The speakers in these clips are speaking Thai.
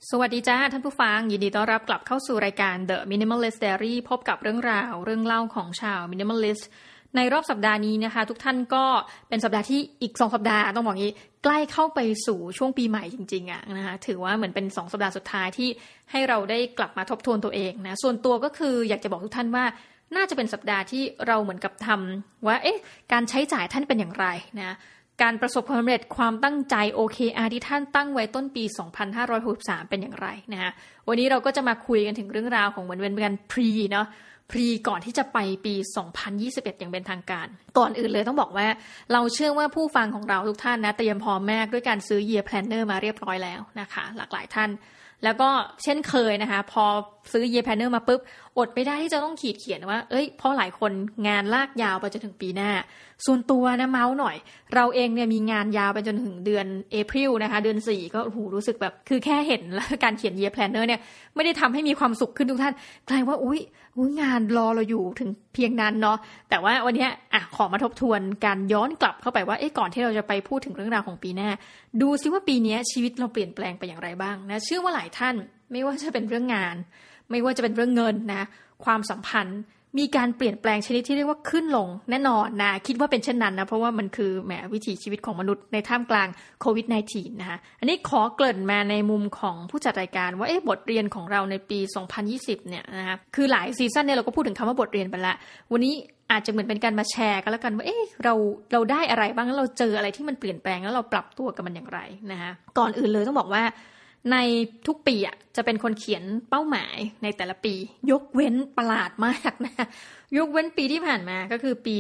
สวัสดีจ้าท่านผู้ฟังยินดีต้อนรับกลับเข้าสู่รายการ The Minimalist Diary พบกับเรื่องราวเรื่องเล่าของชาว Minimalist ในรอบสัปดาห์นี้นะคะทุกท่านก็เป็นสัปดาห์ที่อีก2สัปดาห์ต้องบอกงี้ใกล้เข้าไปสู่ช่วงปีใหม่จริงๆนะคะถือว่าเหมือนเป็น2สัปดาห์สุดท้ายที่ให้เราได้กลับมาทบทวนตัวเองนะส่วนตัวก็คืออยากจะบอกทุกท่านว่าน่าจะเป็นสัปดาห์ที่เราเหมือนกับทำว่าการใช้จ่ายท่านเป็นอย่างไรนะการประสบความสำเร็จความตั้งใจ OKR ที่ท่านตั้งไว้ต้นปี 2563 เป็นอย่างไรนะฮะวันนี้เราก็จะมาคุยกันถึงเรื่องราวของเหมือนเป็นการพรีเนาะพรีก่อนที่จะไปปี 2021 อย่างเป็นทางการก่อนอื่นเลยต้องบอกว่าเราเชื่อว่าผู้ฟังของเราทุกท่านนะเตรียมพร้อมมากด้วยการซื้อ Year Planner มาเรียบร้อยแล้วนะคะหลากหลายท่านแล้วก็เช่นเคยนะคะพอซื้อ Year Planner มาปุ๊บอดไม่ได้ที่จะต้องขีดเขียนว่าเพราะหลายคนงานลากยาวไปจนถึงปีหน้าส่วนตัวนะเมาส์หน่อยเราเองเนี่ยมีงานยาวไปจนถึงเดือนเอพริลนะคะเดือน4ก็รู้สึกแบบคือแค่เห็นแล้วการเขียน Year Planner เนี่ยไม่ได้ทำให้มีความสุขขึ้นทุกท่านกลายว่าอุ๊ยงานรอเราอยู่ถึงเพียงนั้นเนาะแต่ว่าวันนี้ขอมาทบทวนการย้อนกลับเข้าไปว่าก่อนที่เราจะไปพูดถึงเรื่องราวของปีหน้าดูซิว่าปีนี้ชีวิตเราเปลี่ยนแปลงไปอย่างไรบ้างนะเชื่อว่าหลายท่านไม่ว่าจะเป็นเรื่องงานไม่ว่าจะเป็นเรื่องเงินนะความสัมพันธ์มีการเปลี่ยนแปลงชนิดที่เรียกว่าขึ้นลงแน่นอนนะคิดว่าเป็นเช่นนั้นนะเพราะว่ามันคือแหมวิถีชีวิตของมนุษย์ในท่ามกลางโควิด -19 นะคะอันนี้ขอเกริ่นมาในมุมของผู้จัดรายการว่าบทเรียนของเราในปี 2020 เนี่ยนะคะคือหลายซีซั่นเนี่ยเราก็พูดถึงคำว่าบทเรียนไปแล้ววันนี้อาจจะเหมือนเป็นการมาแชร์กันแล้วกันว่าเราได้อะไรบ้างแล้วเราเจออะไรที่มันเปลี่ยนแปลงแล้วเราปรับตัวกับมันอย่างไรนะคะก่อนอื่นเลยต้องบอกว่าในทุกปีจะเป็นคนเขียนเป้าหมายในแต่ละปียกเว้นประหลาดมากนะยกเว้นปีที่ผ่านมาก็คือปี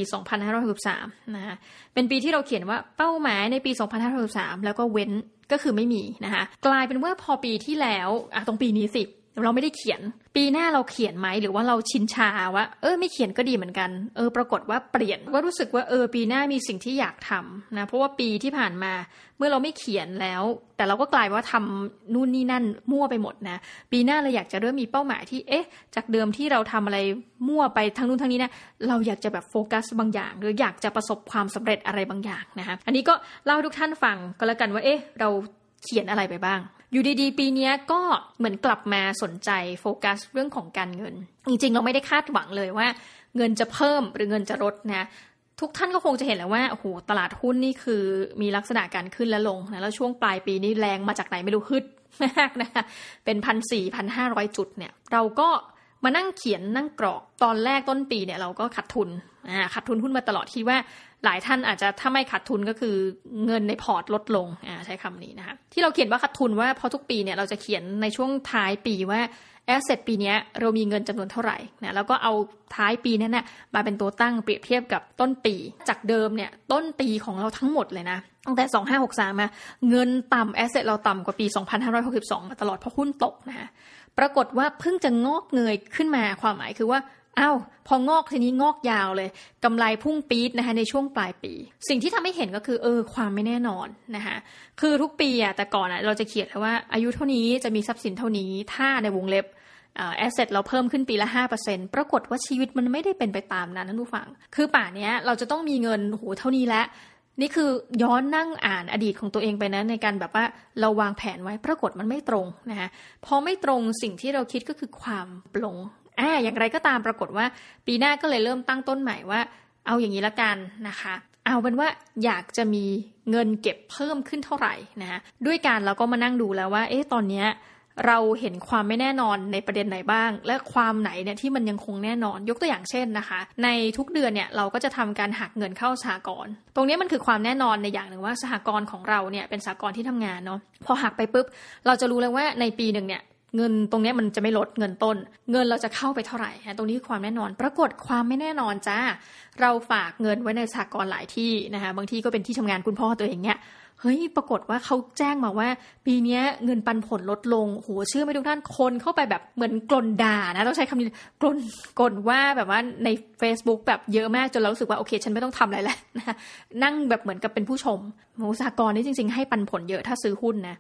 2563 นะคะเป็นปีที่เราเขียนว่าเป้าหมายในปี 2563 แล้วก็เว้นก็คือไม่มีนะคะกลายเป็นว่าพอปีที่แล้วตรงปีนี้สิเราไม่ได้เขียนปีหน้าเราเขียนไหมหรือว่าเราชินชาว่าไม่เขียนก็ดีเหมือนกันปรากฏว่าเปลี่ยนว่ารู้สึกว่าปีหน้ามีสิ่งที่อยากทำนะเพราะว่าปีที่ผ่านมาเมื่อเราไม่เขียนแล้วแต่เราก็กลายว่าทำนู่นนี่นั่นมั่วไปหมดนะปีหน้าเราอยากจะเริ่มมีเป้าหมายที่จากเดิมที่เราทำอะไรมั่วไปทั้งนู่นทั้งนี้นะเราอยากจะแบบโฟกัสบางอย่างหรืออยากจะประสบความสำเร็จอะไรบางอย่างนะคะอันนี้ก็เล่าให้ทุกท่านฟังก็แล้วกันว่าเราเขียนอะไรไปบ้างอยู่ดีๆปีนี้ก็เหมือนกลับมาสนใจโฟกัสเรื่องของการเงินจริงๆเราไม่ได้คาดหวังเลยว่าเงินจะเพิ่มหรือเงินจะลดนะทุกท่านก็คงจะเห็นแล้วว่าโอ้โหตลาดหุ้นนี่คือมีลักษณะการขึ้นและลงนะแล้วช่วงปลายปีนี้แรงมาจากไหนไม่รู้ฮึดมากนะคะเป็น 1,400-1,500 จุดเนี่ยเราก็มานั่งเขียนนั่งกรอกตอนแรกต้นปีเนี่ยเราก็ขาดทุนหุ้นมาตลอดคิดว่าหลายท่านอาจจะถ้าไม่ขาดทุนก็คือเงินในพอร์ตลดลงใช้คำนี้นะคะที่เราเขียนว่าขาดทุนว่าเพราะทุกปีเนี่ยเราจะเขียนในช่วงท้ายปีว่าแอสเซทปีนี้เรามีเงินจำนวนเท่าไหร่นะแล้วก็เอาท้ายปีนั้นนะมาเป็นตัวตั้งเปรียบเทียบกับต้นปีจากเดิมเนี่ยต้นปีของเราทั้งหมดเลยนะตั้งแต่2563มาเงินต่ำแอสเซทเราต่ำกว่าปี2562มาตลอดเพราะหุ้นตกนะปรากฏว่าเพิ่งจะงอกเงยขึ้นมาความหมายคือว่าพองอกทีนี้งอกยาวเลยกำไรพุ่งปี๊ดนะคะในช่วงปลายปีสิ่งที่ทำให้เห็นก็คือความไม่แน่นอนนะคะคือทุกปีแต่ก่อนเราจะเขียนแล้วว่าอายุเท่านี้จะมีทรัพย์สินเท่านี้ถ้าในวงเล็บแอสเซทเราเพิ่มขึ้นปีละ 5% ปรากฏว่าชีวิตมันไม่ได้เป็นไปตามนั้นท่านผู้ฟังคือป่านนี้เราจะต้องมีเงินเท่านี้แล้วนี่คือย้อนนั่งอ่านอดีตของตัวเองไปนะในการแบบว่าเราวางแผนไว้ปรากฏมันไม่ตรงนะคะพอไม่ตรงสิ่งที่เราคิดก็คือความปลงอย่างไรก็ตามปรากฏว่าปีหน้าก็เลยเริ่มตั้งต้นใหม่ว่าเอาอย่างนี้ละกันนะคะเอาเป็นว่าอยากจะมีเงินเก็บเพิ่มขึ้นเท่าไหร่นะด้วยการเราก็มานั่งดูแล้วว่าตอนนี้เราเห็นความไม่แน่นอนในประเด็นไหนบ้างและความไหนเนี่ยที่มันยังคงแน่นอนยกตัวอย่างเช่นนะคะในทุกเดือนเนี่ยเราก็จะทำการหักเงินเข้าสหกรณ์ตรงนี้มันคือความแน่นอนในอย่างหนึ่งว่าสหกรณ์ของเราเนี่ยเป็นสหกรณ์ที่ทำงานเนาะพอหักไปปุ๊บเราจะรู้เลยว่าในปีหนึ่งเนี่ยเงินตรงนี้มันจะไม่ลดเงินต้นเงินเราจะเข้าไปเท่าไหร่ตรงนี้คือความแน่นอนปรากฏความไม่แน่นอนจ้าเราฝากเงินไว้ในสหกรณ์หลายที่นะคะบางที่ก็เป็นที่ทำงานคุณพ่อตัวเองเนี่ยปรากฏว่าเขาแจ้งมาว่าปีนี้เงินปันผลลดลงเชื่อไหมทุกท่านคนเข้าไปแบบเหมือนกลนด่านะต้องใช้คำนี้กลนว่าแบบว่าใน Facebook แบบเยอะมากจนเรารู้สึกว่าโอเคฉันไม่ต้องทำอะไรแล้วนะนั่งแบบเหมือนกับเป็นผู้ชมสหกรณ์นี่จริงๆให้ปันผลเยอะถ้าซื้อหุ้นนะ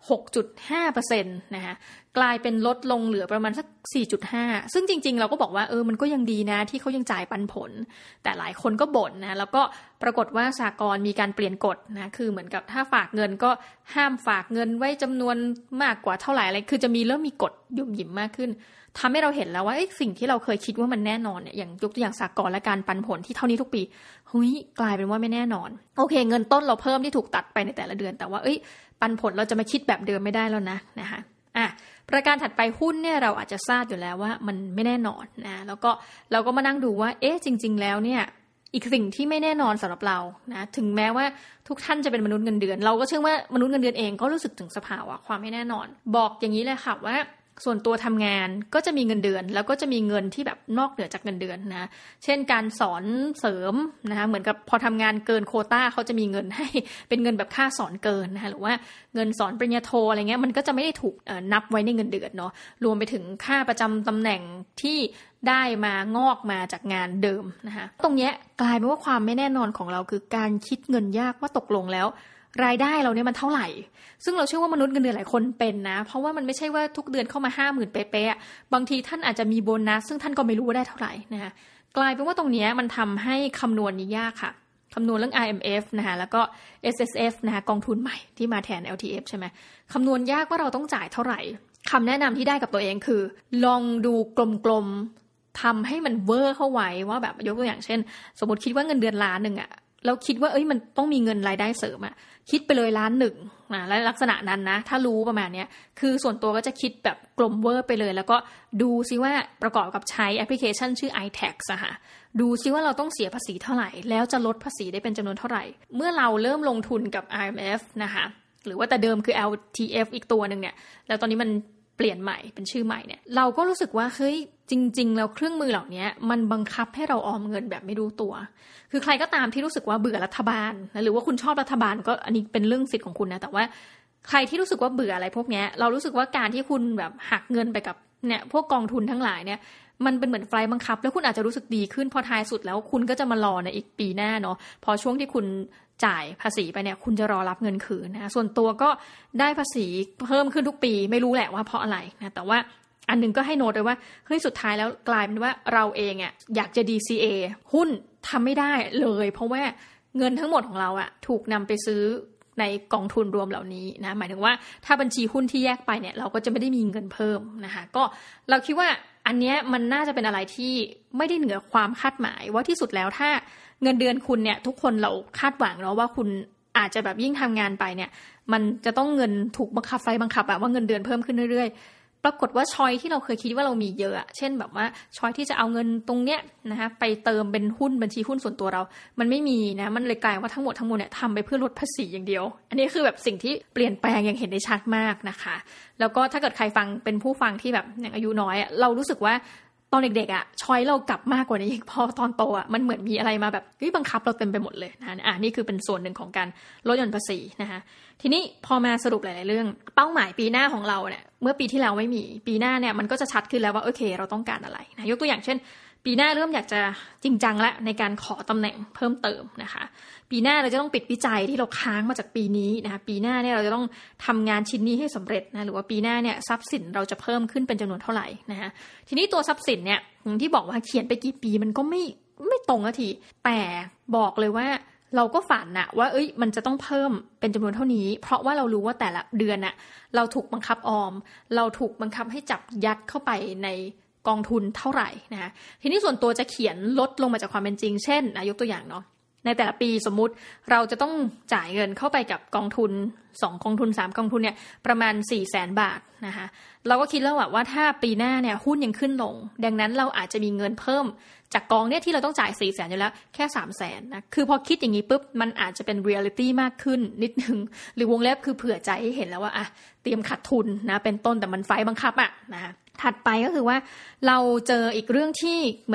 6.5% นะคะกลายเป็นลดลงเหลือประมาณสัก 4.5 ซึ่งจริงๆเราก็บอกว่ามันก็ยังดีนะที่เขายังจ่ายปันผลแต่หลายคนก็บ่นนะแล้วก็ปรากฏว่าสหกรณ์มีการเปลี่ยนกฎนะคือเหมือนกับถ้าฝากเงินก็ห้ามฝากเงินไว้จำนวนมากกว่าเท่าไหร่อะไรคือจะเริ่มมีกฎหยุ่มหยิมมากขึ้นทำให้เราเห็นแล้วว่าสิ่งที่เราเคยคิดว่ามันแน่นอนเนี่ยอย่างยกตัวอย่างสหกรณ์และการปันผลที่เท่านี้ทุกปีกลายเป็นว่าไม่แน่นอนโอเคเงินต้นเราเพิ่มที่ถูกตัดไปในแต่ละเดือนแต่ว่าปันผลเราจะมาคิดแบบเดิมไม่ได้แล้วนะคะประการถัดไปหุ้นเนี่ยเราอาจจะทราบอยู่แล้วว่ามันไม่แน่นอนนะแล้วก็เราก็มานั่งดูว่าจริงๆแล้วเนี่ยอีกสิ่งที่ไม่แน่นอนสำหรับเรานะถึงแม้ว่าทุกท่านจะเป็นมนุษย์เงินเดือนเราก็เชื่อว่ามนุษย์เงินเดือนเองก็รู้สึกถึงสภาวะความไม่แน่นอนบอกอย่างนี้เลยค่ะว่าส่วนตัวทำงานก็จะมีเงินเดือนแล้วก็จะมีเงินที่แบบนอกเหนือจากเงินเดือนนะเช่นการสอนเสริมนะคะเหมือนกับพอทำงานเกินโควต้าเขาจะมีเงินให้เป็นเงินแบบค่าสอนเกินนะคะหรือว่าเงินสอนปริญญาโทอะไรเงี้ยมันก็จะไม่ได้ถูกนับไว้ในเงินเดือนเนาะรวมไปถึงค่าประจำตำแหน่งที่ได้มางอกมาจากงานเดิมนะคะตรงเนี้ยกลายเป็นว่าความไม่แน่นอนของเราคือการคิดเงินยากว่าตกลงแล้วรายได้เราเนี่ยมันเท่าไหร่ซึ่งเราเชื่อว่ามนุษย์เงินเดือนหลายคนเป็นนะเพราะว่ามันไม่ใช่ว่าทุกเดือนเข้ามา 50,000 เป๊ะๆบางทีท่านอาจจะมีโบนัสซึ่งท่านก็ไม่รู้ว่าได้เท่าไหร่นะคะกลายเป็นว่าตรงนี้มันทำให้คำนวณนี้ยากค่ะคำนวณเรื่อง IMF นะคะแล้วก็ SSF นะคะกองทุนใหม่ที่มาแทน LTF ใช่ไหมคำนวณยากว่าเราต้องจ่ายเท่าไหร่คำแนะนำที่ได้กับตัวเองคือลองดูกลมๆทำให้มันเวอร์เข้าไว้ว่าแบบยกตัวอย่างเช่นสมมติคิดว่าเงินเดือน1,000,000แล้วคิดว่ามันต้องมีเงินรายได้เสริมคิดไปเลย1,000,000นะและลักษณะนั้นนะถ้ารู้ประมาณนี้คือส่วนตัวก็จะคิดแบบกลมเวอร์ไปเลยแล้วก็ดูซิว่าประกอบกับใช้แอปพลิเคชันชื่อ iTax ดูซิว่าเราต้องเสียภาษีเท่าไหร่แล้วจะลดภาษีได้เป็นจำนวนเท่าไหร่เมื่อเราเริ่มลงทุนกับ IMF นะคะหรือว่าแต่เดิมคือ LTF อีกตัวนึงเนี่ยแล้วตอนนี้มันเปลี่ยนใหม่เป็นชื่อใหม่เนี่ยเราก็รู้สึกว่าจริงๆแล้วเครื่องมือเหล่านี้มันบังคับให้เราออมเงินแบบไม่รู้ตัวคือใครก็ตามที่รู้สึกว่าเบื่อรัฐบาลหรือว่าคุณชอบรัฐบาลก็อันนี้เป็นเรื่องสิทธิ์ของคุณนะแต่ว่าใครที่รู้สึกว่าเบื่ออะไรพวกนี้เรารู้สึกว่าการที่คุณแบบหักเงินไปกับเนี่ยพวกกองทุนทั้งหลายเนี่ยมันเป็นเหมือนไฟบังคับแล้วคุณอาจจะรู้สึกดีขึ้นพอท้ายสุดแล้วคุณก็จะมารอในอีกปีหน้าเนาะพอช่วงที่คุณจ่ายภาษีไปเนี่ยคุณจะรอรับเงินคืนนะส่วนตัวก็ได้ภาษีเพิ่มขึ้นทุกปีไม่รู้แหละว่าเพราะอะไรนะแต่ว่าอันนึงก็ให้โน้ตเลยว่าสุดท้ายแล้วกลายเป็นว่าเราเองอยากจะ DCA หุ้นทำไม่ได้เลยเพราะว่าเงินทั้งหมดของเราถูกนำไปซื้อในกองทุนรวมเหล่านี้นะหมายถึงว่าถ้าบัญชีหุ้นที่แยกไปเนี่ยเราก็จะไม่ได้มีเงินเพิ่มนะคะก็เราคิดว่าอันเนี้ยมันน่าจะเป็นอะไรที่ไม่ได้เหนือความคาดหมายว่าที่สุดแล้วถ้าเงินเดือนคุณเนี่ยทุกคนเราคาดหวังเนาะว่าคุณอาจจะแบบยิ่งทำงานไปเนี่ยมันจะต้องเงินถูกบังคับว่าเงินเดือนเพิ่มขึ้นเรื่อยๆปรากฏว่าช้อยที่เราเคยคิดว่าเรามีเยอะเช่นแบบว่าช้อยที่จะเอาเงินตรงเนี้ยนะคะไปเติมเป็นหุ้นบัญชีหุ้นส่วนตัวเรามันไม่มีนะมันเลยกลายว่าทั้งหมดเนี่ยทำไปเพื่อลดภาษีอย่างเดียวอันนี้คือแบบสิ่งที่เปลี่ยนแปลงอย่างเห็นได้ชัดมากนะคะแล้วก็ถ้าเกิดใครฟังเป็นผู้ฟังที่แบบอย่างอายุน้อยเรารู้สึกว่าตอนเด็กๆช้อยเรากลับมากกว่านี้พอตอนโตมันเหมือนมีอะไรมาแบบบังคับเราเต็มไปหมดเลยนะนี่คือเป็นส่วนหนึ่งของการลดหย่อนภาษีนะคะทีนี้พอมาสรุปหลายๆเรื่องเป้าหมายปีหน้าของเราเนี่ยเมื่อปีที่แล้วไม่มีปีหน้าเนี่ยมันก็จะชัดขึ้นแล้วว่าโอเคเราต้องการอะไรนะยกตัวอย่างเช่นปีหน้าเริ่มอยากจะจริงจังละในการขอตำแหน่งเพิ่มเติมนะคะปีหน้าเราจะต้องปิดวิจัยที่เราค้างมาจากปีนี้นะคะปีหน้าเนี่ยเราจะต้องทำงานชิ้นนี้ให้สำเร็จนะหรือว่าปีหน้าเนี่ยทรัพย์สินเราจะเพิ่มขึ้นเป็นจำนวนเท่าไหร่นะคะทีนี้ตัวทรัพย์สินเนี่ยที่บอกว่าเขียนไปกี่ปีมันก็ไม่ตรงนาทีแต่บอกเลยว่าเราก็ฝันนะว่ามันจะต้องเพิ่มเป็นจำนวนเท่านี้เพราะว่าเรารู้ว่าแต่ละเดือนเราถูกบังคับออมเราถูกบังคับให้จับยัดเข้าไปในกองทุนเท่าไหร่นะคะทีนี้ส่วนตัวจะเขียนลดลงมาจากความเป็นจริงเช่นยกตัวอย่างเนาะในแต่ละปีสมมุติเราจะต้องจ่ายเงินเข้าไปกับกองทุน2กองทุน3กองทุนเนี่ยประมาณ 400,000 บาทนะคะเราก็คิดแล้วว่าถ้าปีหน้าเนี่ยหุ้นยังขึ้นลงดังนั้นเราอาจจะมีเงินเพิ่มจากกองเนี่ยที่เราต้องจ่าย 400,000 อยู่แล้วแค่ 300,000 นะคือพอคิดอย่างนี้ปุ๊บมันอาจจะเป็นเรียลิตี้มากขึ้นนิดนึงหรือวงเล็บคือเผื่อใจให้เห็นแล้วว่าเตรียมขาดทุนนะเป็นต้นแต่มันไฟบังคับนะถัดไปก็คือว่าเราเจออีกเรื่องที่เหมือนกับ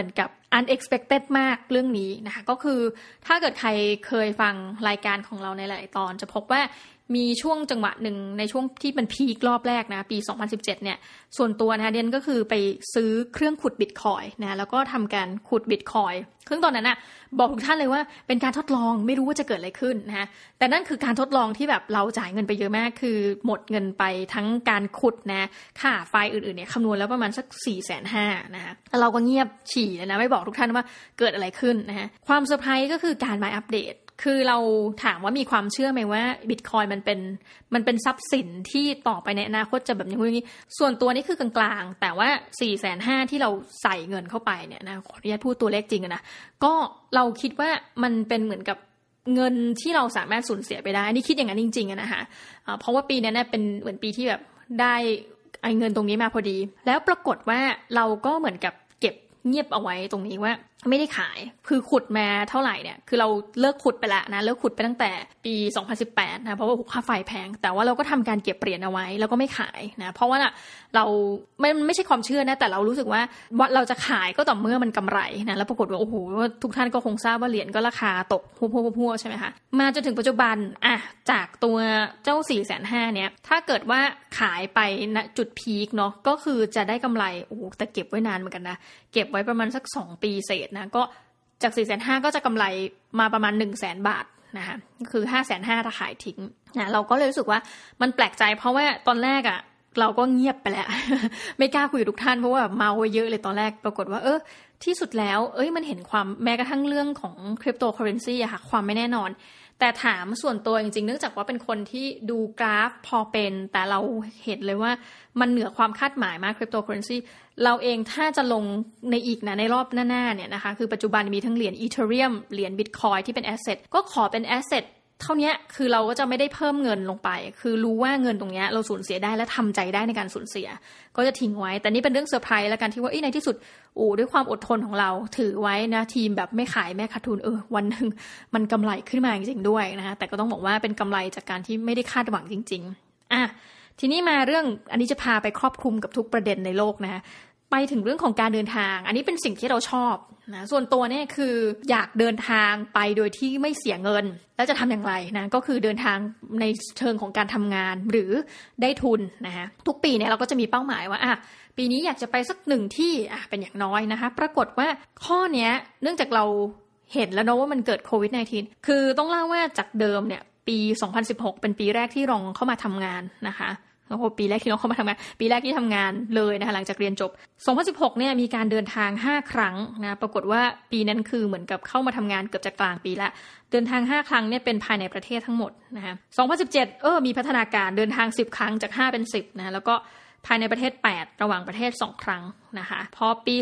unexpected มากเรื่องนี้นะคะก็คือถ้าเกิดใครเคยฟังรายการของเราในหลายตอนจะพบว่ามีช่วงจังหวะหนึ่งในช่วงที่มันพีครอบแรกนะปี2017เนี่ยส่วนตัวนะเดนก็คือไปซื้อเครื่องขุดบิตคอยน์นะแล้วก็ทำการขุดบิตคอยน์ซึ่งตอนนั้นนะบอกทุกท่านเลยว่าเป็นการทดลองไม่รู้ว่าจะเกิดอะไรขึ้นนะแต่นั่นคือการทดลองที่แบบเราจ่ายเงินไปเยอะมากคือหมดเงินไปทั้งการขุดนะค่าไฟล์อื่นๆเนี่ยคำนวณแล้วประมาณสัก 450,000 นะคะแล้วเราก็เงียบฉี่เลยนะไม่บอกทุกท่านว่าเกิดอะไรขึ้นนะฮะความเซอร์ไพรส์ก็คือการมาอัปเดตคือเราถามว่ามีความเชื่อไหมว่าบิตคอยน์มันเป็นทรัพย์สินที่ต่อไปในอนาคตจะแบบนี้ส่วนตัวนี่คือกลางๆแต่ว่า 450,000 ที่เราใส่เงินเข้าไปเนี่ยนะขออนุญาตพูดตัวเลขจริงนะก็เราคิดว่ามันเป็นเหมือนกับเงินที่เราสามารถสูญเสียไปได้นี่คิดอย่างนั้นจริงๆนะคะเพราะว่าปีนั้นเป็นเหมือนปีที่แบบได้เงินตรงนี้มาพอดีแล้วปรากฏว่าเราก็เหมือนกับเก็บเงียบเอาไว้ตรงนี้ว่าไม่ได้ขายคือขุดมาเท่าไหร่เนี่ยคือเราเลิกขุดไปแล้วนะเลิกขุดไปตั้งแต่ปี2018นะเพราะว่าค่าไฟแพงแต่ว่าเราก็ทำการเก็บเหรียญเอาไว้แล้วก็ไม่ขายนะเพราะว่าเราไม่ใช่ความเชื่อนะแต่เรารู้สึกว่าเราจะขายก็ต่อเมื่อมันกำไรนะแล้วปรากฏว่าโอ้โหทุกท่านก็คงทราบว่าเหรียญก็ราคาตกพัวๆใช่ไหมคะมาจนถึงปัจจุบันจากตัวเจ้า 450,000 เนี่ยถ้าเกิดว่าขายไปณจุดพีคเนาะก็คือจะได้กำไรโอ้โหแต่เก็บไว้นานเหมือนกันนะเก็บไว้ประมาณสัก2 ปีเศษนะก็จาก 450,000 ก็จะกำไรมาประมาณ 100,000 บาทนะคะคือ 550,000 ถ้าขายทิ้งนะเราก็เลยรู้สึกว่ามันแปลกใจเพราะว่าตอนแรกเราก็เงียบไปแล้ว ไม่กล้าคุยกับทุกท่านเพราะว่าเมาเยอะเลยตอนแรกปรากฏว่าที่สุดแล้วมันเห็นความแม้กระทั่งเรื่องของคริปโตเคอเรนซีค่ะความไม่แน่นอนแต่ถามส่วนตัวจริงๆเนื่องจากว่าเป็นคนที่ดูกราฟพอเป็นแต่เราเห็นเลยว่ามันเหนือความคาดหมายมากคริปโตเคอเรนซีเราเองถ้าจะลงในอีกนะในรอบหน้าๆเนี่ยนะคะคือปัจจุบันมีทั้งเหรียญอีเธเรียมเหรียญบิตคอยที่เป็นแอสเซทก็ขอเป็นแอสเซทเท่านี้คือเราก็จะไม่ได้เพิ่มเงินลงไปคือรู้ว่าเงินตรงนี้เราสูญเสียได้และทำใจได้ในการสูญเสียก็จะทิ้งไว้แต่นี่เป็นเรื่องเซอร์ไพรส์แล้วกันที่ว่าในที่สุดด้วยความอดทนของเราถือไว้นะทีมแบบไม่ขายแม่ขาดทุนวันนึงมันกำไรขึ้นมาจริงๆด้วยนะคะแต่ก็ต้องบอกว่าเป็นกำไรจากการที่ไม่ได้คาดหวังจริงๆทีนี้มาเรื่องอันนี้จะพาไปครอบคลุมกับทุกประเด็นในโลกนะไปถึงเรื่องของการเดินทางอันนี้เป็นสิ่งที่เราชอบนะส่วนตัวเนี่ยคืออยากเดินทางไปโดยที่ไม่เสียเงินแล้วจะทำอย่างไรนะก็คือเดินทางในเชิงของการทำงานหรือได้ทุนนะคะทุกปีเนี่ยเราก็จะมีเป้าหมายว่าปีนี้อยากจะไปสัก1ที่เป็นอย่างน้อยนะคะปรากฏว่าข้อเนี้ยเนื่องจากเราเห็นแล้วเนาะว่ามันเกิดโควิด -19 คือต้องเล่าว่าจากเดิมเนี่ยปี2016เป็นปีแรกที่ลองเข้ามาทำงานนะคะปีแรกที่เราเข้ามาทำงานปีแรกที่ทำงานเลยนะคะหลังจากเรียนจบ2016เนี่ยมีการเดินทาง5ครั้งนะปรากฏว่าปีนั้นคือเหมือนกับเข้ามาทำงานเกือบจะกลางปีละเดินทาง5ครั้งเนี่ยเป็นภายในประเทศทั้งหมดนะคะ2017มีพัฒนาการเดินทาง10ครั้งจาก5เป็น10นะแล้วก็ภายในประเทศ8ระหว่างประเทศ2ครั้งนะคะพอปี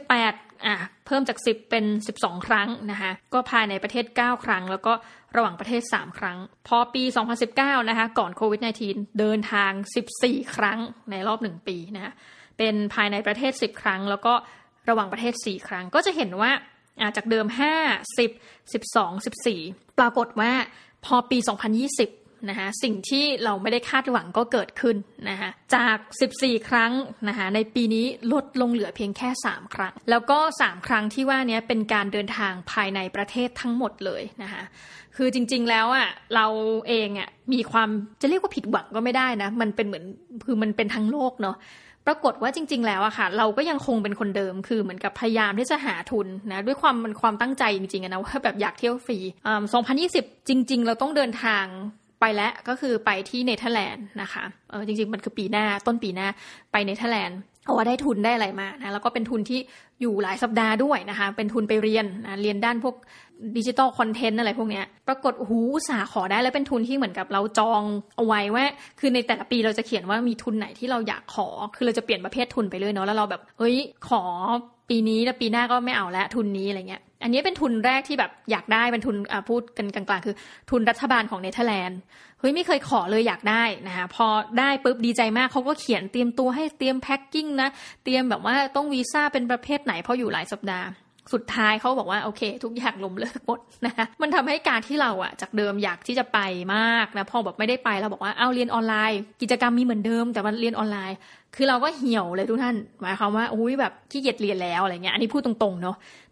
2018เพิ่มจาก10เป็น12ครั้งนะคะก็ภายในประเทศ9ครั้งแล้วก็ระหว่างประเทศ3ครั้งพอปี2019นะคะก่อนโควิด -19 เดินทาง14ครั้งในรอบ1ปีนะคะเป็นภายในประเทศ10ครั้งแล้วก็ระหว่างประเทศ4ครั้งก็จะเห็นว่าจากเดิม5 10 12 14ปรากฏว่าพอปี2020นะคะสิ่งที่เราไม่ได้คาดหวังก็เกิดขึ้นนะคะจาก14ครั้งนะคะในปีนี้ลดลงเหลือเพียงแค่3ครั้งแล้วก็3ครั้งที่ว่านี้เป็นการเดินทางภายในประเทศทั้งหมดเลยนะคะคือจริงๆแล้วเราเองมีความจะเรียกว่าผิดหวังก็ไม่ได้นะมันเป็นเหมือนคือมันเป็นทั้งโลกเนาะปรากฏว่าจริงๆแล้วค่ะเราก็ยังคงเป็นคนเดิมคือเหมือนกับพยายามที่จะหาทุนนะด้วยความตั้งใจจริงๆนะว่าแบบอยากเที่ยวฟรี2020จริงๆเราต้องเดินทางไปแล้วก็คือไปที่เนเธอร์แลนด์นะคะจริงๆมันคือปีหน้าต้นปีหน้าไปเนเธอร์แลนด์เพราะว่าได้ทุนได้อะไรมานะแล้วก็เป็นทุนที่อยู่หลายสัปดาห์ด้วยนะคะเป็นทุนไปเรียนนะเรียนด้านพวกดิจิตอลคอนเทนต์อะไรพวกเนี้ยปรากฏอุตส่าห์ขอได้แล้วเป็นทุนที่เหมือนกับเราจองเอาไว้ว่าคือในแต่ละปีเราจะเขียนว่ามีทุนไหนที่เราอยากขอคือเราจะเปลี่ยนประเภททุนไปเรื่อยเนาะแล้วเราแบบขอปีนี้แล้วปีหน้าก็ไม่เอาแล้วทุนนี้อะไรเงี้ยอันนี้เป็นทุนแรกที่แบบอยากได้เป็นทุนพูดกันกลางๆคือทุนรัฐบาลของเนเธอร์แลนด์ไม่เคยขอเลยอยากได้นะคะพอได้ปุ๊บดีใจมากเขาก็เขียนเตรียมตัวให้เตรียมแพ็คกิ้งนะเตรียมแบบว่าต้องวีซ่าเป็นประเภทไหนเพราะอยู่หลายสัปดาห์สุดท้ายเขาบอกว่าโอเคทุกอย่างล้มเลิกหมดนะคะมันทำให้การที่เราจากเดิมอยากที่จะไปมากนะพอแบบไม่ได้ไปเราบอกว่าเอาเรียนออนไลน์กิจกรรมมีเหมือนเดิมแต่ว่าเรียนออนไลน์คือเราก็เหี่ยวเลยทุกท่านหมายความว่าแบบขี้เกียจเรียนแล้วอะไรเงี้ยอันนี้พูดตรงๆเนาะ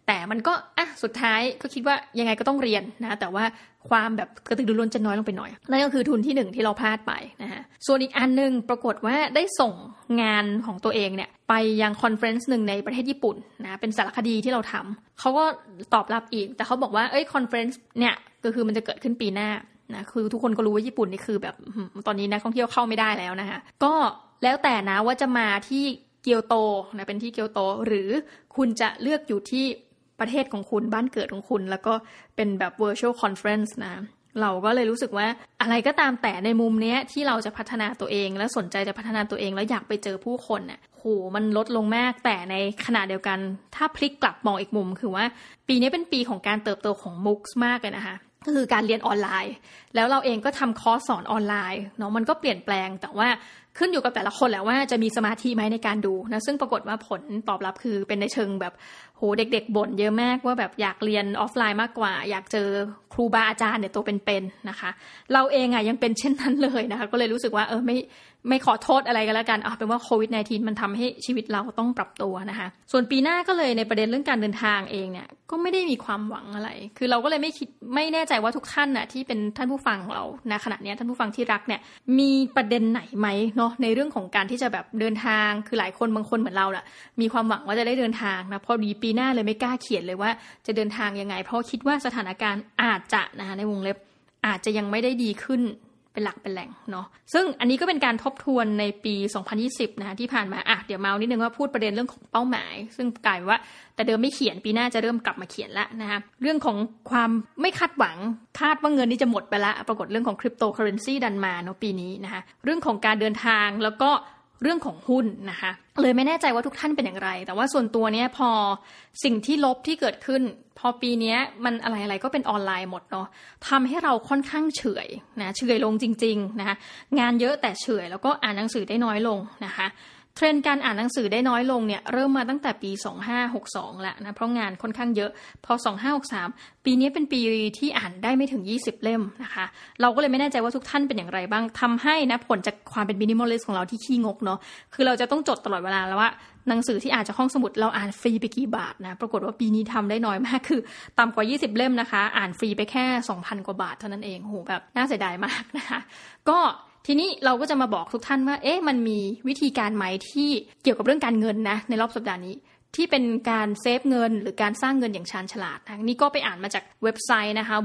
แต่มันก็สุดท้ายก็คิดว่ายังไงก็ต้องเรียนนะแต่ว่าความแบบกระตือรือร้นจะน้อยลงไปหน่อยนั่นก็คือทุนที่1ที่เราพลาดไปนะฮะส่วนอีกอันนึงปรากฏว่าได้ส่งงานของตัวเองเนี่ยไปยังคอนเฟอเรนซ์นึงในประเทศญี่ปุ่นนะเป็นสารคดีที่เราทำเขาก็ตอบรับอีกแต่เขาบอกว่าคอนเฟอเรนซ์เนี่ยก็คือมันจะเกิดขึ้นปีหน้านะคือทุกคนก็รู้ว่าญี่ปุ่นนี่คือแบบตอนนี้นักท่องเที่ยวเข้าไม่ได้แล้วนะคะก็แล้วแต่นะว่าจะมาที่เกียวโตนะเป็นที่เกียวโตหรือคุณจะเลือกอยู่ที่ประเทศของคุณบ้านเกิดของคุณแล้วก็เป็นแบบ virtual conference นะเราก็เลยรู้สึกว่าอะไรก็ตามแต่ในมุมเนี้ยที่เราจะพัฒนาตัวเองและสนใจจะพัฒนาตัวเองแล้วอยากไปเจอผู้คนน่ะโหมันลดลงมากแต่ในขณะเดียวกันถ้าพลิกกลับมองอีกมุมคือว่าปีนี้เป็นปีของการเติบโตของ MOOCs มากเลยนะคะก็คือการเรียนออนไลน์แล้วเราเองก็ทำคอร์สสอนออนไลน์เนาะมันก็เปลี่ยนแปลงแต่ว่าขึ้นอยู่กับแต่ละคนแหละว่าจะมีสมาธิไหมในการดูนะซึ่งปรากฏว่าผลตอบรับคือเป็นในเชิงแบบโหเด็กๆบ่นเยอะมากว่าแบบอยากเรียนออฟไลน์มากกว่าอยากเจอครูบาอาจารย์เนี่ยตัวเป็นๆนะคะเราเองยังเป็นเช่นนั้นเลยนะคะก็เลยรู้สึกว่าไม่ขอโทษอะไรกันแล้วกันเป็นว่าโควิด -19 มันทำให้ชีวิตเราต้องปรับตัวนะคะส่วนปีหน้าก็เลยในประเด็นเรื่องการเดินทางเองเนี่ยก็ไม่ได้มีความหวังอะไรคือเราก็เลยไม่แน่ใจว่าทุกท่านน่ะที่เป็นท่านผู้ฟังเราณขณะนี้ท่านผู้ฟังที่รักเนี่ยมีประเด็นไหนไหมเนาะในเรื่องของการที่จะแบบเดินทางคือหลายคนบางคนเหมือนเราแหละมีความหวังว่าจะได้เดินทางนะพอดีปีหน้าเลยไม่กล้าเขียนเลยว่าจะเดินทางยังไงเพราะคิดว่าสถานการณ์อาจจะนะคะในวงเล็บอาจจะยังไม่ได้ดีขึ้นเป็นหลักเป็นแหล่งเนาะซึ่งอันนี้ก็เป็นการทบทวนในปี 2020 นะคะที่ผ่านมาเดี๋ยวเมานิดนึงว่าพูดประเด็นเรื่องของเป้าหมายซึ่งกลายว่าแต่เดิมไม่เขียนปีหน้าจะเริ่มกลับมาเขียนแล้วนะคะเรื่องของความไม่คาดหวังคาดว่าเงินนี่จะหมดไปแล้วปรากฏเรื่องของคริปโตเคอเรนซีดันมาเนาะปีนี้นะคะเรื่องของการเดินทางแล้วก็เรื่องของหุ้นนะคะเลยไม่แน่ใจว่าทุกท่านเป็นอย่างไรแต่ว่าส่วนตัวเนี้ยพอสิ่งที่ลบที่เกิดขึ้นพอปีนี้มันอะไรๆก็เป็นออนไลน์หมดเนาะทำให้เราค่อนข้างเฉอยนะเฉอยลงจริงๆนะคะงานเยอะแต่เฉอยแล้วก็อ่านหนังสือได้น้อยลงนะคะเทรนด์การอ่านหนังสือได้น้อยลงเนี่ยเริ่มมาตั้งแต่ปี2562แล้วนะเพราะงานค่อนข้างเยอะพอ2563ปีนี้เป็นปีที่อ่านได้ไม่ถึง20เล่มนะคะเราก็เลยไม่แน่ใจว่าทุกท่านเป็นอย่างไรบ้างทำให้นะผลจากความเป็นมินิมอลลิสต์ของเราที่ขี้งกเนาะคือเราจะต้องจดตลอดเวลาแล้วว่าหนังสือที่อ่านจากห้องสมุดเราอ่านฟรีไปกี่บาทนะปรากฏว่าปีนี้ทำได้น้อยมากคือต่ำกว่า20เล่มนะคะอ่านฟรีไปแค่ 2,000 กว่าบาทเท่านั้นเองโหแบบน่าเสียดายมากนะคะก็ทีนี้เราก็จะมาบอกทุกท่านว่ามันมีวิธีการไหมที่เกี่ยวกับเรื่องการเงินนะในรอบสัปดาห์นี้ที่เป็นการเซฟเงินหรือการสร้างเงินอย่างชาญฉลาดนะนี่ก็ไปอ่านมาจากเว็บไซต์นะคะ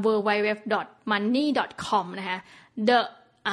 www.money.com นะคะ The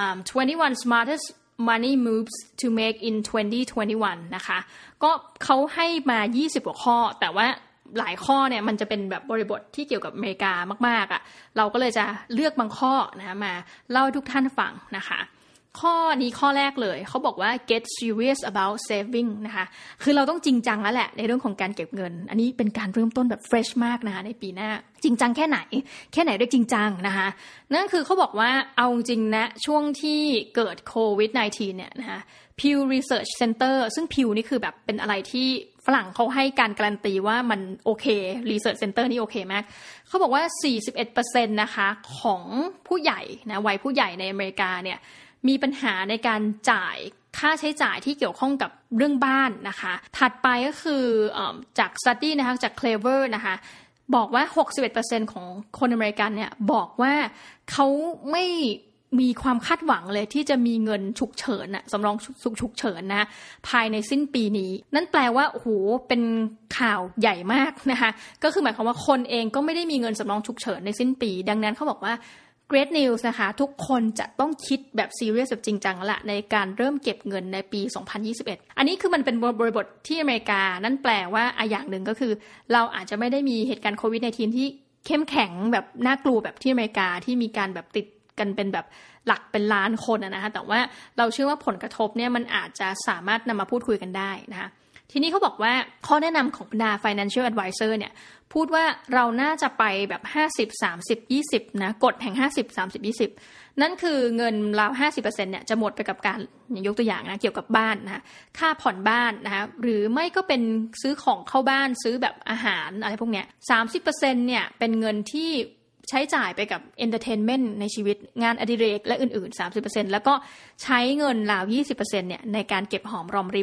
21 smartest money moves to make in 2021 นะคะก็เขาให้มา20กว่าข้อแต่ว่าหลายข้อเนี่ยมันจะเป็นแบบบริบทที่เกี่ยวกับอเมริกามากๆเราก็เลยจะเลือกบางข้อนะคะมาเล่าให้ทุกท่านฟังนะคะข้อนี้ข้อแรกเลยเขาบอกว่า get serious about saving นะคะคือเราต้องจริงจังแล้วแหละในเรื่องของการเก็บเงินอันนี้เป็นการเริ่มต้นแบบ fresh มากนะคะในปีหน้าจริงจังแค่ไหนเรียกจริงจังนะคะนั่นคือเขาบอกว่าเอาจริงนะช่วงที่เกิดโควิด -19 เนี่ยนะคะ Pew Research Center ซึ่ง Pew นี่คือแบบเป็นอะไรที่ฝรั่งเขาให้การการันตีว่ามันโอเค Research Center นี่โอเคมากเขาบอกว่า 41% นะคะของผู้ใหญ่นะวัยผู้ใหญ่ในอเมริกาเนี่ยมีปัญหาในการจ่ายค่าใช้จ่ายที่เกี่ยวข้องกับเรื่องบ้านนะคะถัดไปก็คือจาก study นะคะจาก Clever นะคะบอกว่า 61% ของคนอเมริกันเนี่ยบอกว่าเขาไม่มีความคาดหวังเลยที่จะมีเงินฉุกเฉินสำรองฉุกเฉินนะภายในสิ้นปีนี้นั่นแปลว่าโอ้โหเป็นข่าวใหญ่มากนะคะก็คือหมายความว่าคนเองก็ไม่ได้มีเงินสำรองฉุกเฉินในสิ้นปีดังนั้นเขาบอกว่าGreat News นะคะทุกคนจะต้องคิดแบบซีเรียสแบบจริงจังแล้วละในการเริ่มเก็บเงินในปี 2021 อันนี้คือมันเป็นบริบทที่อเมริกานั่นแปลว่าอย่างหนึ่งก็คือเราอาจจะไม่ได้มีเหตุการณ์โควิด -19 ที่เข้มแข็งแบบน่ากลัวแบบที่อเมริกาที่มีการแบบติดกันเป็นแบบหลักเป็นล้านคนนะคะแต่ว่าเราเชื่อว่าผลกระทบเนี่ยมันอาจจะสามารถนำมาพูดคุยกันได้นะคะทีนี้เขาบอกว่าข้อแนะนำของบรรดา financial advisor เนี่ยพูดว่าเราน่าจะไปแบบ50 30 20นะกฎแห่ง50 30 20นั่นคือเงินราว 50% เนี่ยจะหมดไปกับการยกตัวอย่างนะเกี่ยวกับบ้านนะค่าผ่อนบ้านนะคะหรือไม่ก็เป็นซื้อของเข้าบ้านซื้อแบบอาหารอะไรพวกเนี้ย 30% เนี่ยเป็นเงินที่ใช้จ่ายไปกับ entertainment ในชีวิตงานอดิเรกและอื่นๆ 30% แล้วก็ใช้เงินราว 20% เนี่ยในการเก็บหอมรอมริบ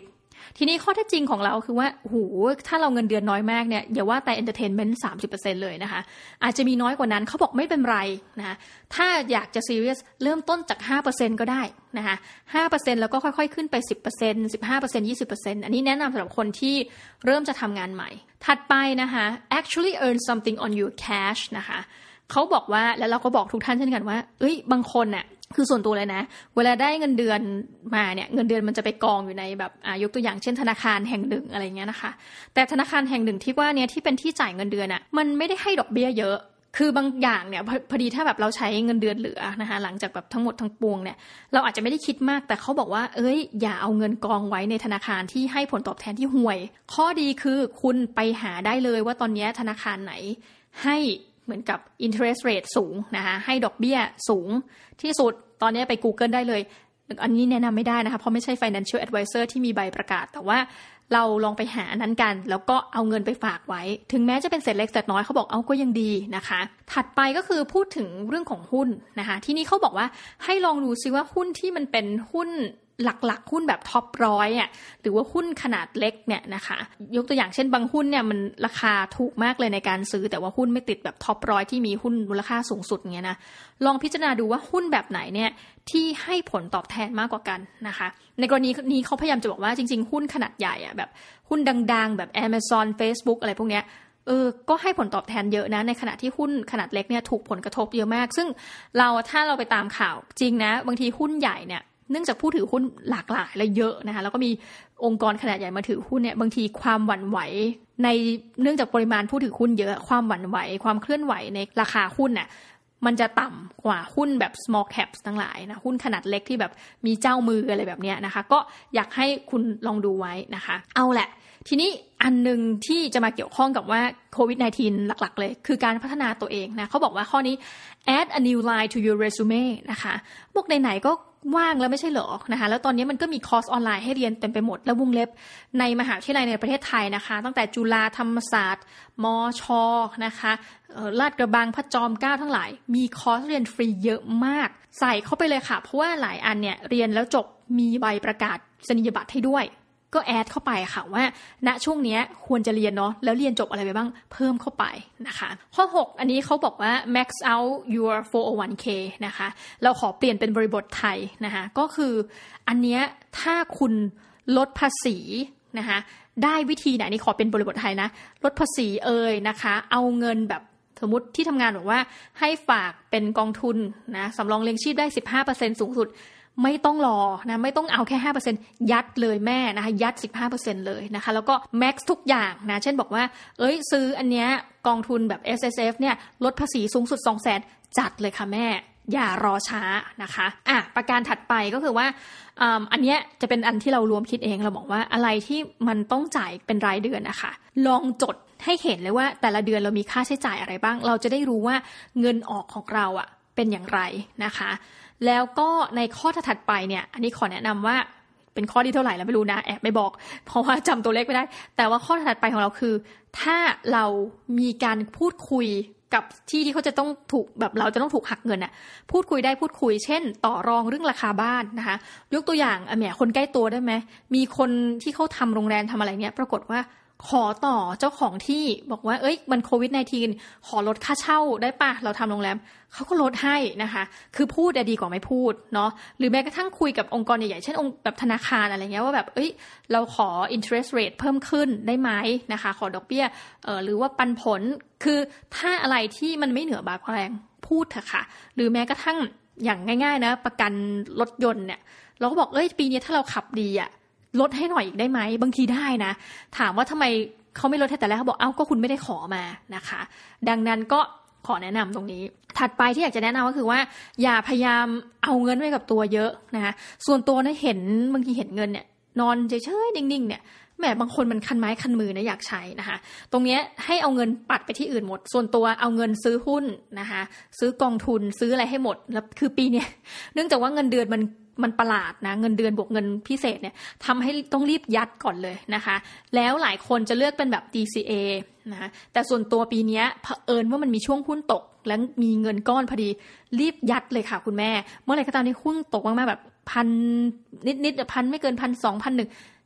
ทีนี้ข้อเท็จจริงของเราคือว่าโหถ้าเราเงินเดือนน้อยมากเนี่ยอย่าว่าแต่ entertainment 30% เลยนะคะอาจจะมีน้อยกว่านั้นเขาบอกไม่เป็นไรนะคะถ้าอยากจะ serious เริ่มต้นจาก 5% ก็ได้นะคะ 5% แล้วก็ค่อยๆขึ้นไป 10% 15% 20% อันนี้แนะนำสำหรับคนที่เริ่มจะทำงานใหม่ถัดไปนะคะ actually earn something on your cash นะคะเขาบอกว่าแล้วเราก็บอกทุกท่านเช่นกันว่าบางคนน่ะคือส่วนตัวเลยนะเวลาได้เงินเดือนมาเนี่ยเงินเดือนมันจะไปกองอยู่ในแบบยกตัวอย่างเช่นธนาคารแห่งหนึ่งอะไรเงี้ยนะคะแต่ธนาคารแห่งหนึ่งที่ว่าเนี่ยที่เป็นที่จ่ายเงินเดือนอ่ะมันไม่ได้ให้ดอกเบี้ยเยอะคือบางอย่างเนี่ยพอดีถ้าแบบเราใช้เงินเดือนเหลือนะคะหลังจากแบบทั้งหมดทั้งปวงเนี่ยเราอาจจะไม่ได้คิดมากแต่เขาบอกว่าอย่าเอาเงินกองไว้ในธนาคารที่ให้ผลตอบแทนที่ห่วยข้อดีคือคุณไปหาได้เลยว่าตอนนี้ธนาคารไหนให้เหมือนกับ interest rate สูงนะคะให้ดอกเบี้ยสูงที่สุดตอนนี้ไป Google ได้เลยอันนี้แนะนำไม่ได้นะคะเพราะไม่ใช่ financial advisor ที่มีใบประกาศแต่ว่าเราลองไปหาอันนั้นกันแล้วก็เอาเงินไปฝากไว้ถึงแม้จะเป็นเศษเล็กเศษน้อยเขาบอกเอาก็ยังดีนะคะถัดไปก็คือพูดถึงเรื่องของหุ้นนะคะที่นี่เขาบอกว่าให้ลองดูซิว่าหุ้นที่มันเป็นหุ้นหลักๆหุ้นแบบท็อป100อ่ะหรือว่าหุ้นขนาดเล็กเนี่ยนะคะยกตัวอย่างเช่นบางหุ้นเนี่ยมันราคาถูกมากเลยในการซื้อแต่ว่าหุ้นไม่ติดแบบท็อป100ที่มีหุ้นมูลค่าสูงสุดเงี้ยนะลองพิจารณาดูว่าหุ้นแบบไหนเนี่ยที่ให้ผลตอบแทนมากกว่ากันนะคะในกรณีนี้เขาพยายามจะบอกว่าจริงๆหุ้นขนาดใหญ่อ่ะแบบหุ้นดังๆแบบ Amazon Facebook อะไรพวกเนี้ยก็ให้ผลตอบแทนเยอะนะในขณะที่หุ้นขนาดเล็กเนี่ยถูกผลกระทบเยอะมากซึ่งถ้าเราไปตามข่าวจริงนะบางทีหุ้นใหญ่เนี่ยเนื่องจากผู้ถือหุ้นหลากหลายและเยอะนะคะแล้วก็มีองค์กรขนาดใหญ่มาถือหุ้นเนี่ยบางทีความหวั่นไหวในเนื่องจากปริมาณผู้ถือหุ้นเยอะความหวั่นไหวความเคลื่อนไหวในราคาหุ้นน่ะมันจะต่ำกว่าหุ้นแบบ small caps ทั้งหลายนะหุ้นขนาดเล็กที่แบบมีเจ้ามืออะไรแบบเนี้ยนะคะก็อยากให้คุณลองดูไว้นะคะเอาแหละทีนี้อันนึงที่จะมาเกี่ยวข้องกับว่าโควิด -19 หลักๆเลยคือการพัฒนาตัวเองนะเขาบอกว่าข้อนี้ add a new line to your resume นะคะบอกไหนๆก็ว่างแล้วไม่ใช่เหรอนะคะแล้วตอนนี้มันก็มีคอร์สออนไลน์ให้เรียนเต็มไปหมดแล้ววงเล็บในมหาวิทยาลัยในประเทศไทยนะคะตั้งแต่จุฬาธรรมศาสตร์มชนะคะลาดกระบังพระจอมเกล้าทั้งหลายมีคอร์สเรียนฟรีเยอะมากใส่เข้าไปเลยค่ะเพราะว่าหลายอันเนี่ยเรียนแล้วจบมีใบประกาศนียบัตรให้ด้วยก็แอดเข้าไปค่ะว่าณช่วงนี้ควรจะเรียนเนาะแล้วเรียนจบอะไรไปบ้างเพิ่มเข้าไปนะคะข้อ6อันนี้เขาบอกว่า max out your 401k นะคะเราขอเปลี่ยนเป็นบริบทไทยนะคะก็คืออันเนี้ยถ้าคุณลดภาษีนะคะได้วิธีไหนนี่ขอเป็นบริบทไทยนะลดภาษีนะคะเอาเงินแบบสมมติที่ทำงานบอกว่าให้ฝากเป็นกองทุนนะสำรองเลี้ยงชีพได้ 15% สูงสุดไม่ต้องรอนะไม่ต้องเอาแค่ 5% ยัดเลยแม่นะคะยัด 15% เลยนะคะแล้วก็แม็กซ์ทุกอย่างนะเช่นบอกว่าซื้ออันเนี้ยกองทุนแบบ SSF เนี่ยลดภาษีสูงสุด 200,000 จัดเลยค่ะแม่อย่ารอช้านะคะประการถัดไปก็คือว่าอันเนี้ยจะเป็นอันที่เรารวมคิดเองเราบอกว่าอะไรที่มันต้องจ่ายเป็นรายเดือนนะคะลองจดให้เห็นเลยว่าแต่ละเดือนเรามีค่าใช้จ่ายอะไรบ้างเราจะได้รู้ว่าเงินออกของเราอ่ะเป็นอย่างไรนะคะแล้วก็ในข้อถัดไปเนี่ยอันนี้ขอแนะนำว่าเป็นข้อที่เท่าไหร่แล้วไม่รู้นะแอบไม่บอกเพราะว่าจำตัวเลขไม่ได้แต่ว่าข้อถัดไปของเราคือถ้าเรามีการพูดคุยกับที่เขาจะต้องถูกแบบเราจะต้องถูกหักเงินน่ะพูดคุยได้พูดคุยเช่นต่อรองเรื่องราคาบ้านนะคะยกตัวอย่างคนใกล้ตัวได้ไหมมีคนที่เขาทำโรงแรมทำอะไรเนี่ยปรากฏว่าขอต่อเจ้าของที่บอกว่ามันโควิด -19 ขอลดค่าเช่าได้ป่ะเราทำโรงแรมเขาก็ลดให้นะคะคือพูดดีกว่าไม่พูดเนาะหรือแม้กระทั่งคุยกับองค์กรใหญ่ๆเช่นองค์แบบธนาคารอะไรเงี้ยว่าแบบเราขอ interest rate เพิ่มขึ้นได้ไหมนะคะขอดอกเบี้ยหรือว่าปันผลคือถ้าอะไรที่มันไม่เหนือบากแรงพูดเถอะค่ะหรือแม้กระทั่งอย่างง่ายๆนะประกันรถยนต์เนี่ยเราก็บอกปีนี้ถ้าเราขับดีอะลดให้หน่อยอีกได้ไหมบางทีได้นะถามว่าทำไมเขาไม่ลดให้แต่แรกเขาบอกก็คุณไม่ได้ขอมานะคะดังนั้นก็ขอแนะนำตรงนี้ถัดไปที่อยากจะแนะนำก็คือว่าอย่าพยายามเอาเงินไว้กับตัวเยอะนะคะส่วนตัวนะเห็นบางทีเห็นเงินเนี่ยนอนเฉยๆนิ่งๆเนี่ยแหมบางคนมันคันไม้คันมือนะอยากใช้นะคะตรงนี้ให้เอาเงินปัดไปที่อื่นหมดส่วนตัวเอาเงินซื้อหุ้นนะคะซื้อกองทุนซื้ออะไรให้หมดแล้วคือปีนี้เนื่องจากว่าเงินเดือนมันประหลาดนะเงินเดือนบวกเงินพิเศษเนี่ยทำให้ต้องรีบยัดก่อนเลยนะคะแล้วหลายคนจะเลือกเป็นแบบ DCA นะคะแต่ส่วนตัวปีนี้เผอิญว่ามันมีช่วงหุ้นตกแล้วมีเงินก้อนพอดีรีบยัดเลยค่ะคุณแม่เมื่อไหร่ก็ตามที่หุ้นตกมากๆแบบพันนิดๆพันไม่เกิน 1,200 1,000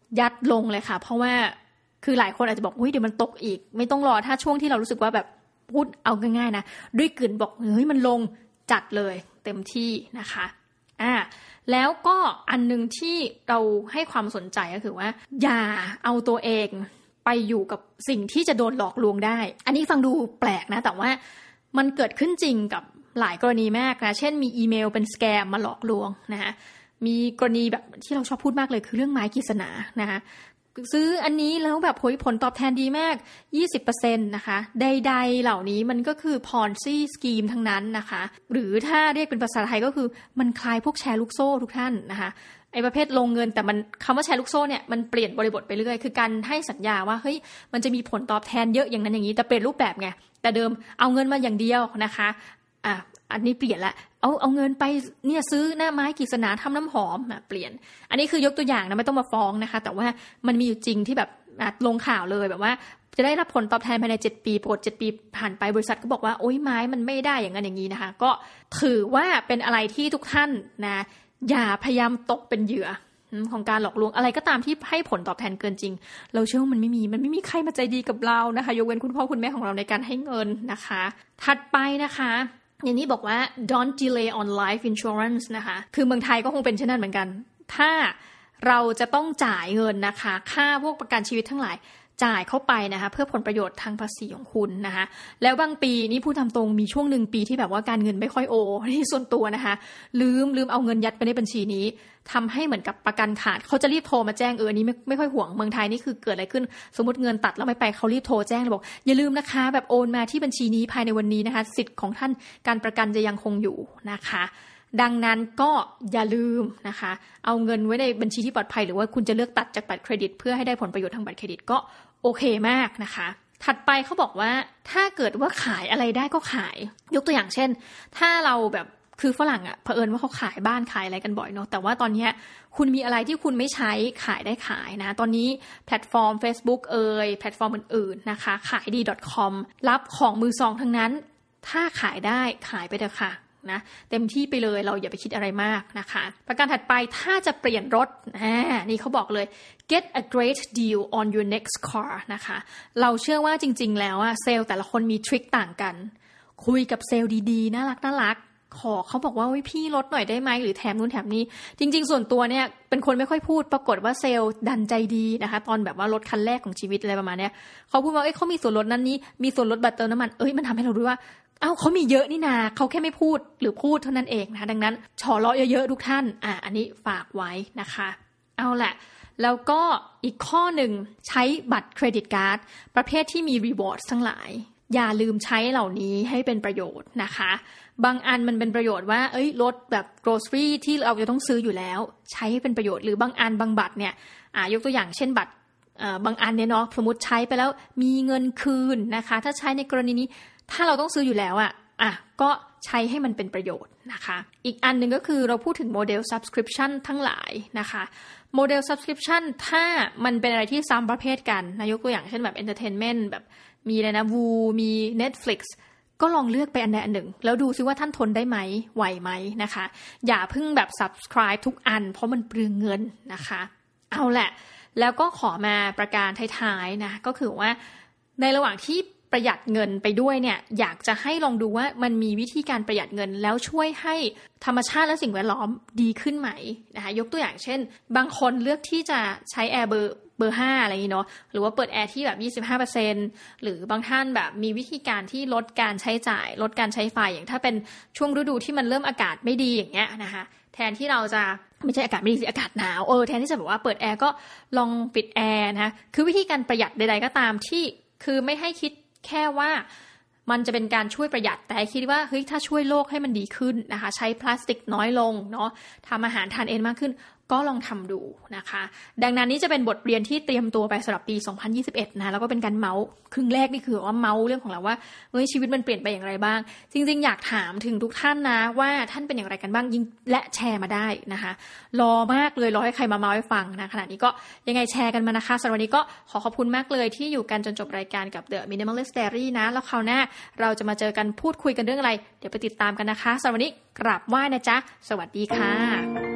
ยัดลงเลยค่ะเพราะว่าคือหลายคนอาจจะบอกเดี๋ยวมันตกอีกไม่ต้องรอถ้าช่วงที่เรารู้สึกว่าแบบพูดเอาง่ายๆนะด้วยกลืนบอกมันลงจัดเลยเต็มที่นะคะแล้วก็อันนึงที่เราให้ความสนใจก็คือว่าอย่าเอาตัวเองไปอยู่กับสิ่งที่จะโดนหลอกลวงได้อันนี้ฟังดูแปลกนะแต่ว่ามันเกิดขึ้นจริงกับหลายกรณีมากนะเช่นมีอีเมลเป็นสแกมมาหลอกลวงนะคะมีกรณีแบบที่เราชอบพูดมากเลยคือเรื่องไม้กฤษณานะคะซื้ออันนี้แล้วแบบผลตอบแทนดีมาก 20% นะคะใดๆเหล่านี้มันก็คือ Ponzi scheme ทั้งนั้นนะคะหรือถ้าเรียกเป็นภาษาไทยก็คือมันคล้ายพวกแชร์ลูกโซ่ทุกท่านนะคะไอ้ประเภทลงเงินแต่มันคำว่าแชร์ลูกโซ่เนี่ยมันเปลี่ยนบริบทไปเรื่อยคือการให้สัญญาว่ามันจะมีผลตอบแทนเยอะอย่างนั้นอย่างนี้แต่เปลี่ยนรูปแบบไงแต่เดิมเอาเงินมาอย่างเดียวนะคะอันนี้เปลี่ยนละเอาเงินไปเนี่ยซื้อหน้าไม้กฤษณาทำน้ำหอมเปลี่ยนอันนี้คือยกตัวอย่างนะไม่ต้องมาฟ้องนะคะแต่ว่ามันมีอยู่จริงที่แบบลงข่าวเลยแบบว่าจะได้รับผลตอบแทนภายใน7ปีปรากฏ7ปีผ่านไปบริษัทก็บอกว่าไม้มันไม่ได้อย่างนั้นอย่างนี้นะคะก็ถือว่าเป็นอะไรที่ทุกท่านนะอย่าพยายามตกเป็นเหยื่อของการหลอกลวงอะไรก็ตามที่ให้ผลตอบแทนเกินจริงเราเชื่อว่ามันไม่มีใครมาใจดีกับเรานะคะยกเว้นคุณพ่อคุณแม่ของเราในการให้เงินนะคะถัดไปนะคะอย่างนี้บอกว่า don't delay on life insurance นะคะคือเมืองไทยก็คงเป็นเช่นนั้นเหมือนกันถ้าเราจะต้องจ่ายเงินนะคะค่าพวกประกันชีวิตทั้งหลายจ่ายเข้าไปนะคะเพื่อผลประโยชน์ทางภาษีของคุณนะคะแล้วบางปีนี่พูดตามตรงมีช่วงหนึ่งปีที่แบบว่าการเงินไม่ค่อยที่ส่วนตัวนะคะลืมเอาเงินยัดไปในบัญชีนี้ทำให้เหมือนกับประกันขาดเขาจะรีบโทรมาแจ้งอันนี้ไม่ค่อยห่วงเมืองไทยนี่คือเกิดอะไรขึ้นสมมติเงินตัดแล้วไม่ไปเขารีบโทรแจ้งเลยบอกอย่าลืมนะคะแบบโอนมาที่บัญชีนี้ภายในวันนี้นะคะสิทธิ์ของท่านการประกันจะยังคงอยู่นะคะดังนั้นก็อย่าลืมนะคะเอาเงินไว้ในบัญชีที่ปลอดภัยหรือว่าคุณจะเลือกตัดจากบัตรเครดิตเพื่อให้ได้ผลประโยชน์ทางบัตรเครดิตก็โอเคมากนะคะถัดไปเขาบอกว่าถ้าเกิดว่าขายอะไรได้ก็ขายยกตัวอย่างเช่นถ้าเราแบบคือฝรั่งเผอิญว่าเขาขายบ้านขายอะไรกันบ่อยเนาะแต่ว่าตอนนี้คุณมีอะไรที่คุณไม่ใช้ขายได้ขายนะตอนนี้แพลตฟอร์ม Facebook แพลตฟอร์มอื่นๆนะคะขายดี .com รับของมือสองทั้งนั้นถ้าขายได้ขายไปเถอะค่ะนะเต็มที่ไปเลยเราอย่าไปคิดอะไรมากนะคะประการถัดไปถ้าจะเปลี่ยนรถนี่เขาบอกเลย get a great deal on your next car นะคะเราเชื่อว่าจริงๆแล้วเซลล์แต่ละคนมีทริคต่างกันคุยกับเซลล์ดีๆน่ารักเขาบอกว่าพี่ลดหน่อยได้ไหมหรือแถมนู้นแถมนี้จริงๆส่วนตัวเนี่ยเป็นคนไม่ค่อยพูดปรากฏว่าเซลล์ดันใจดีนะคะตอนแบบว่ารถคันแรกของชีวิตอะไรประมาณนี้เขาพูดว่าเขามีส่วนลดนั้นนี้มีส่วนลดบัตรเติมน้ำมันมันทำให้เรารู้ว่าเขามีเยอะนี่นาเขาแค่ไม่พูดหรือพูดเท่านั้นเองนะคะดังนั้นฉอเลาะเยอะๆทุกท่านอันนี้ฝากไว้นะคะเอาแหละแล้วก็อีกข้อหนึ่งใช้บัตรเครดิตการ์ดประเภทที่มีรีวอร์ดทั้งหลายอย่าลืมใช้เหล่านี้ให้เป็นประโยชน์นะคะบางอันมันเป็นประโยชน์ว่าลดแบบ grocery ที่เราจะต้องซื้ออยู่แล้วใช้ให้เป็นประโยชน์หรือบางอันบางบัตรเนี่ยยกตัวอย่างเช่นบัตรบางอันเนี่ยเนาะสมมติใช้ไปแล้วมีเงินคืนนะคะถ้าใช้ในกรณีนี้ถ้าเราต้องซื้ออยู่แล้วก็ใช้ให้มันเป็นประโยชน์นะคะอีกอันนึงก็คือเราพูดถึงโมเดล subscription ทั้งหลายนะคะโมเดล subscription ถ้ามันเป็นอะไรที่ซ้ำประเภทกันยกตัวอย่างเช่นแบบ entertainment แบบมีอะไรนะ Voo มี Netflix ก็ลองเลือกไปอันใดอันหนึ่งแล้วดูซิว่าท่านทนได้ไหมไหวไหมนะคะอย่าเพิ่งแบบ subscribe ทุกอันเพราะมันเปลืองเงินนะคะเอาแหละแล้วก็ขอมาประการท้ายๆนะก็คือว่าในระหว่างที่ประหยัดเงินไปด้วยเนี่ยอยากจะให้ลองดูว่ามันมีวิธีการประหยัดเงินแล้วช่วยให้ธรรมชาติและสิ่งแวดล้อมดีขึ้นไหมนะคะยกตัวอย่างเช่นบางคนเลือกที่จะใช้แอร์เบอร์5อะไรอย่างนี้เนาะหรือว่าเปิดแอร์ที่แบบ 25% หรือบางท่านแบบมีวิธีการที่ลดการใช้จ่ายลดการใช้ไฟอย่างถ้าเป็นช่วงฤดูที่มันเริ่มอากาศไม่ดีอย่างเงี้ยนะคะแทนที่เราจะไม่ใช่อากาศไม่ดีสิอากาศหนาวแทนที่จะแบบว่าเปิดแอร์ก็ลองปิดแอร์นะคะคือวิธีการประหยัดใดๆก็ตามที่คือไม่ให้คิดแค่ว่ามันจะเป็นการช่วยประหยัดแต่คิดว่าถ้าช่วยโลกให้มันดีขึ้นนะคะใช้พลาสติกน้อยลงเนาะทำอาหารทานเองมากขึ้นก็ลองทำดูนะคะดังนั้นนี่จะเป็นบทเรียนที่เตรียมตัวไปสำหรับปี 2021 นะแล้วก็เป็นการเมาส์ครึ่งแรกนี่คือว่าเมาส์เรื่องของเราว่าชีวิตมันเปลี่ยนไปอย่างไรบ้างจริงๆอยากถามถึงทุกท่านนะว่าท่านเป็นอย่างไรกันบ้างยิ่งและแชร์มาได้นะคะรอมากเลยรอให้ใครมาเมาส์ให้ฟังนะขณะนี้ก็ยังไงแชร์กันมานะคะสำหรับวันนี้ก็ขอบคุณมากเลยที่อยู่กันจนจบรายการกับ The Minimalist Diary นะแล้วคราวหน้าเราจะมาเจอกันพูดคุยกันเรื่องอะไรเดี๋ยวไปติดตามกันนะคะสำหรับวันนี้กราบไหว้นะจ๊ะสวัสดีค่ะ